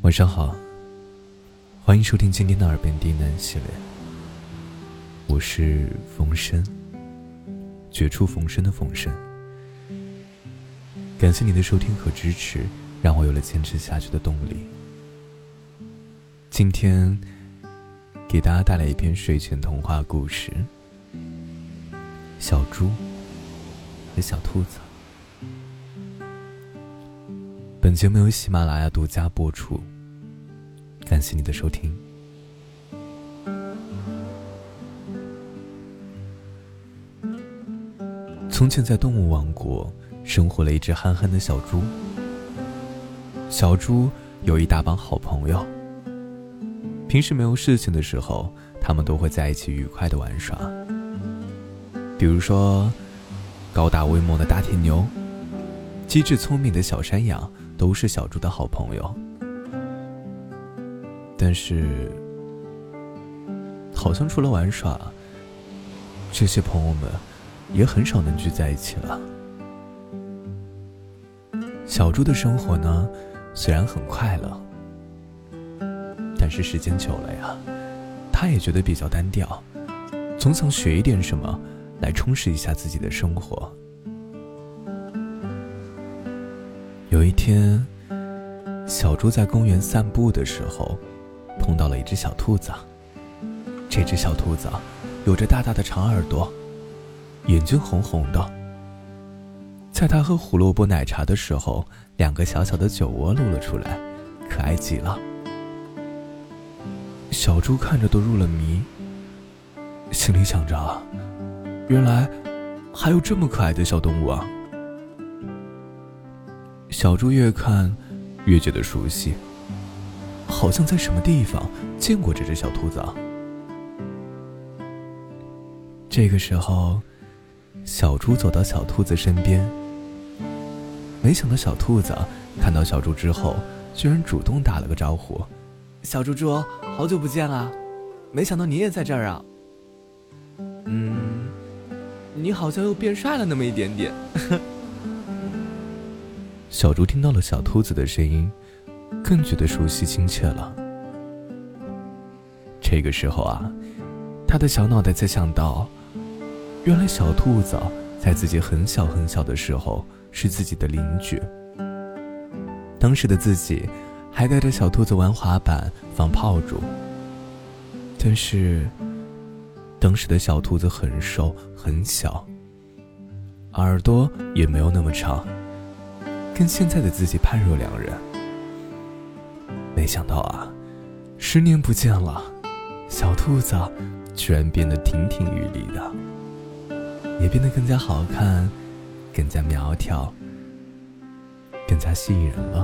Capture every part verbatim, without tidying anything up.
晚上好，欢迎收听今天的耳边低喃系列，我是冯生，绝处逢生的冯生。感谢你的收听和支持，让我有了坚持下去的动力。今天给大家带来一篇睡前童话故事，小猪和小兔子。本节目由喜马拉雅独家播出，感谢你的收听。从前在动物王国生活了一只憨憨的小猪。小猪有一大帮好朋友，平时没有事情的时候，他们都会在一起愉快地玩耍。比如说高大威猛的大铁牛，机智聪明的小山羊，都是小猪的好朋友。但是好像除了玩耍，这些朋友们也很少能聚在一起了。小猪的生活呢，虽然很快乐，但是时间久了呀，他也觉得比较单调，总想学一点什么来充实一下自己的生活。有一天，小猪在公园散步的时候，碰到了一只小兔子。这只小兔子有着大大的长耳朵，眼睛红红的。在它喝胡萝卜奶茶的时候，两个小小的酒窝露了出来，可爱极了。小猪看着都入了迷，心里想着，原来还有这么可爱的小动物啊。小猪越看越觉得熟悉，好像在什么地方见过这只小兔子啊。这个时候，小猪走到小兔子身边，没想到小兔子看到小猪之后，居然主动打了个招呼：“小猪猪，好久不见啊，没想到你也在这儿啊。嗯，你好像又变帅了那么一点点。”小猪听到了小兔子的声音，更觉得熟悉亲切了。这个时候啊，他的小脑袋才想到，原来小兔子在自己很小很小的时候是自己的邻居。当时的自己还带着小兔子玩滑板放炮竹，但是当时的小兔子很瘦很小，耳朵也没有那么长，跟现在的自己判若两人。没想到啊，十年不见了，小兔子居然变得亭亭玉立的，也变得更加好看，更加苗条，更加吸引人了。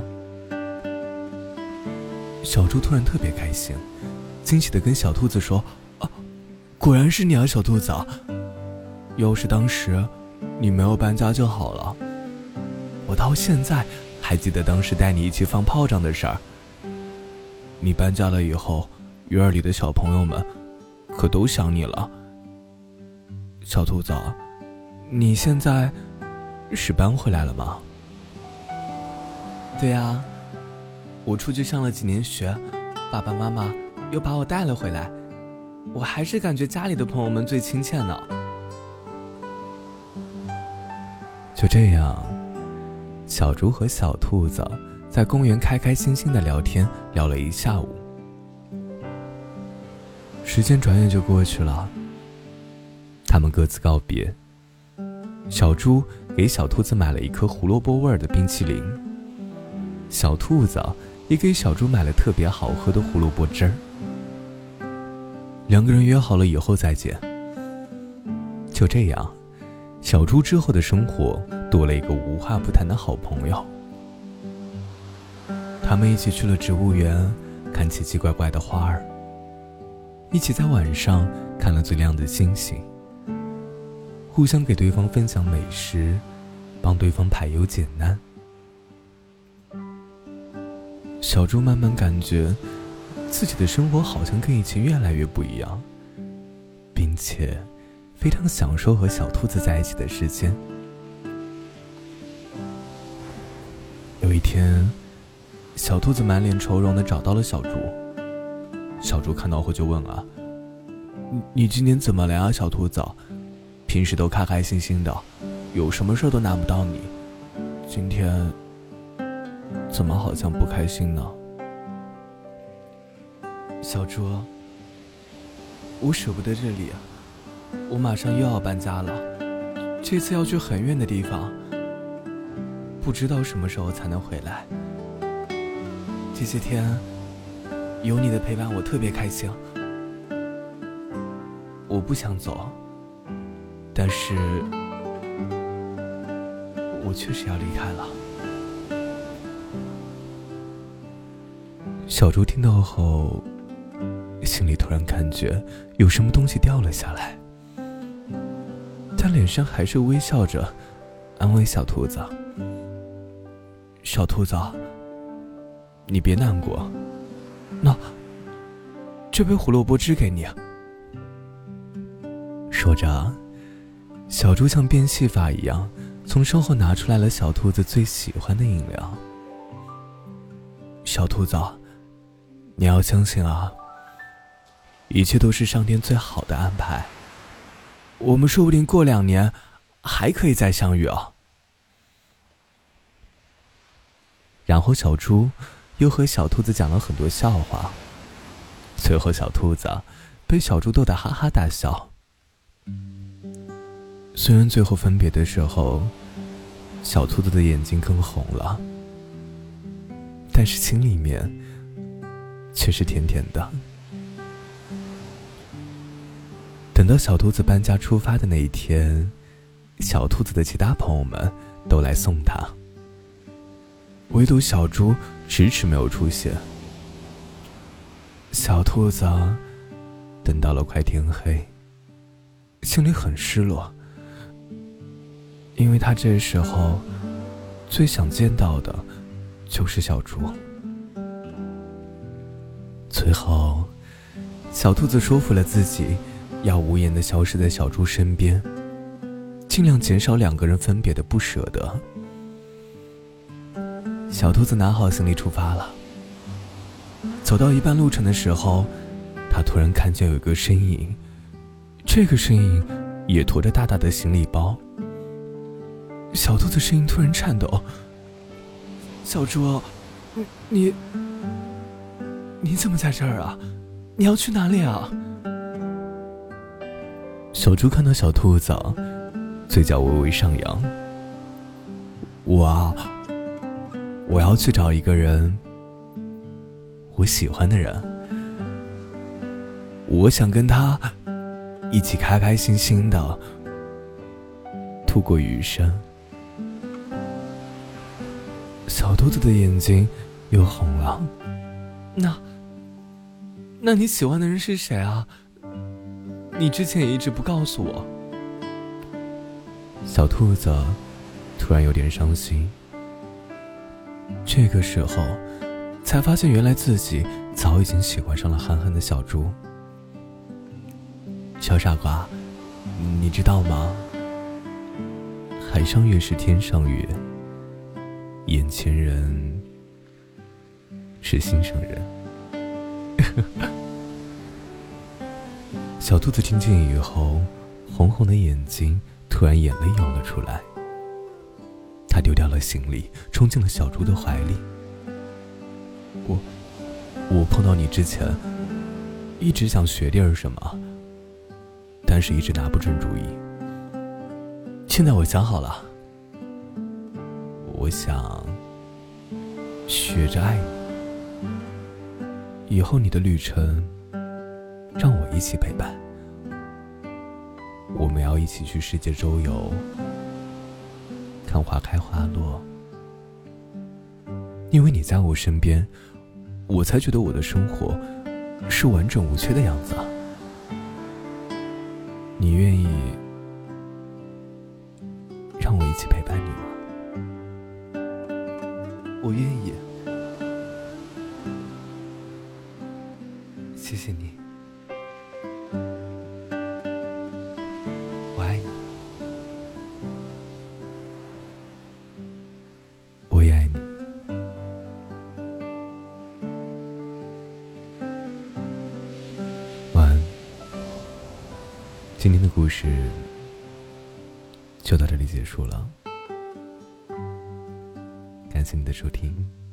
小猪突然特别开心，惊喜地跟小兔子说：“啊，果然是你啊，小兔子！要是当时你没有搬家就好了。我到现在还记得当时带你一起放炮仗的事儿。你搬家了以后，院里的小朋友们可都想你了。小兔子，你现在是搬回来了吗？”“对呀，我出去上了几年学，爸爸妈妈又把我带了回来，我还是感觉家里的朋友们最亲切呢。”就这样，小猪和小兔子在公园开开心心地聊天，聊了一下午。时间转眼就过去了，他们各自告别。小猪给小兔子买了一颗胡萝卜味儿的冰淇淋，小兔子也给小猪买了特别好喝的胡萝卜汁儿。两个人约好了以后再见。就这样，小猪之后的生活多了一个无话不谈的好朋友。他们一起去了植物园，看奇奇怪怪的花儿，一起在晚上看了最亮的星星，互相给对方分享美食，帮对方排忧解难。小猪慢慢感觉自己的生活好像跟以前越来越不一样，并且非常享受和小兔子在一起的时间。有一天， 小兔子满脸愁容地找到了小猪。小猪看到后就问啊，你你今天怎么了呀，小兔子？平时都开开心心的，有什么事都难不到你，今天怎么好像不开心呢？小猪，我舍不得这里，我马上又要搬家了，这次要去很远的地方，不知道什么时候才能回来。这些天有你的陪伴，我特别开心。我不想走，但是我确实要离开了。小猪听到后，心里突然感觉有什么东西掉了下来，但脸上还是微笑着安慰小兔子，小兔子，你别难过，那这杯胡萝卜汁给你。说着，小猪像变戏法一样从身后拿出来了小兔子最喜欢的饮料。小兔子，你要相信啊，一切都是上天最好的安排，我们说不定过两年还可以再相遇啊。然后小猪又和小兔子讲了很多笑话，最后小兔子被小猪逗得哈哈大笑。虽然最后分别的时候，小兔子的眼睛更红了，但是心里面却是甜甜的。等到小兔子搬家出发的那一天，小兔子的其他朋友们都来送它，唯独小猪迟迟没有出现。小兔子等到了快天黑，心里很失落，因为他这时候最想见到的就是小猪。最后，小兔子说服了自己，要无言地消失在小猪身边，尽量减少两个人分别的不舍得。小兔子拿好行李出发了，走到一半路程的时候，他突然看见有一个身影，这个身影也驮着大大的行李包。小兔子声音突然颤抖，小猪，你你怎么在这儿啊？你要去哪里啊？小猪看到小兔子，嘴角微微上扬。我啊，我要去找一个人，我喜欢的人，我想跟他一起开开心心的度过余生。小兔子的眼睛又红了。那那你喜欢的人是谁啊？你之前也一直不告诉我。小兔子突然有点伤心，这个时候才发现原来自己早已经喜欢上了憨憨的小猪。小傻瓜，你知道吗？海上月是天上月，眼前人是心上人。小兔子听见以后，红红的眼睛突然眼泪涌了出来。他丢掉了行李，冲进了小猪的怀里。我我碰到你之前一直想学点什么，但是一直拿不准主意。现在我想好了，我想学着爱你，以后你的旅程让我一起陪伴，我们要一起去世界周游，看花开花落。因为你在我身边，我才觉得我的生活是完整无缺的样子。你愿意让我一起陪伴你吗？我愿意。谢谢你，我爱你，我也爱你。 今天的故事就到这里结束了，感谢你的收听。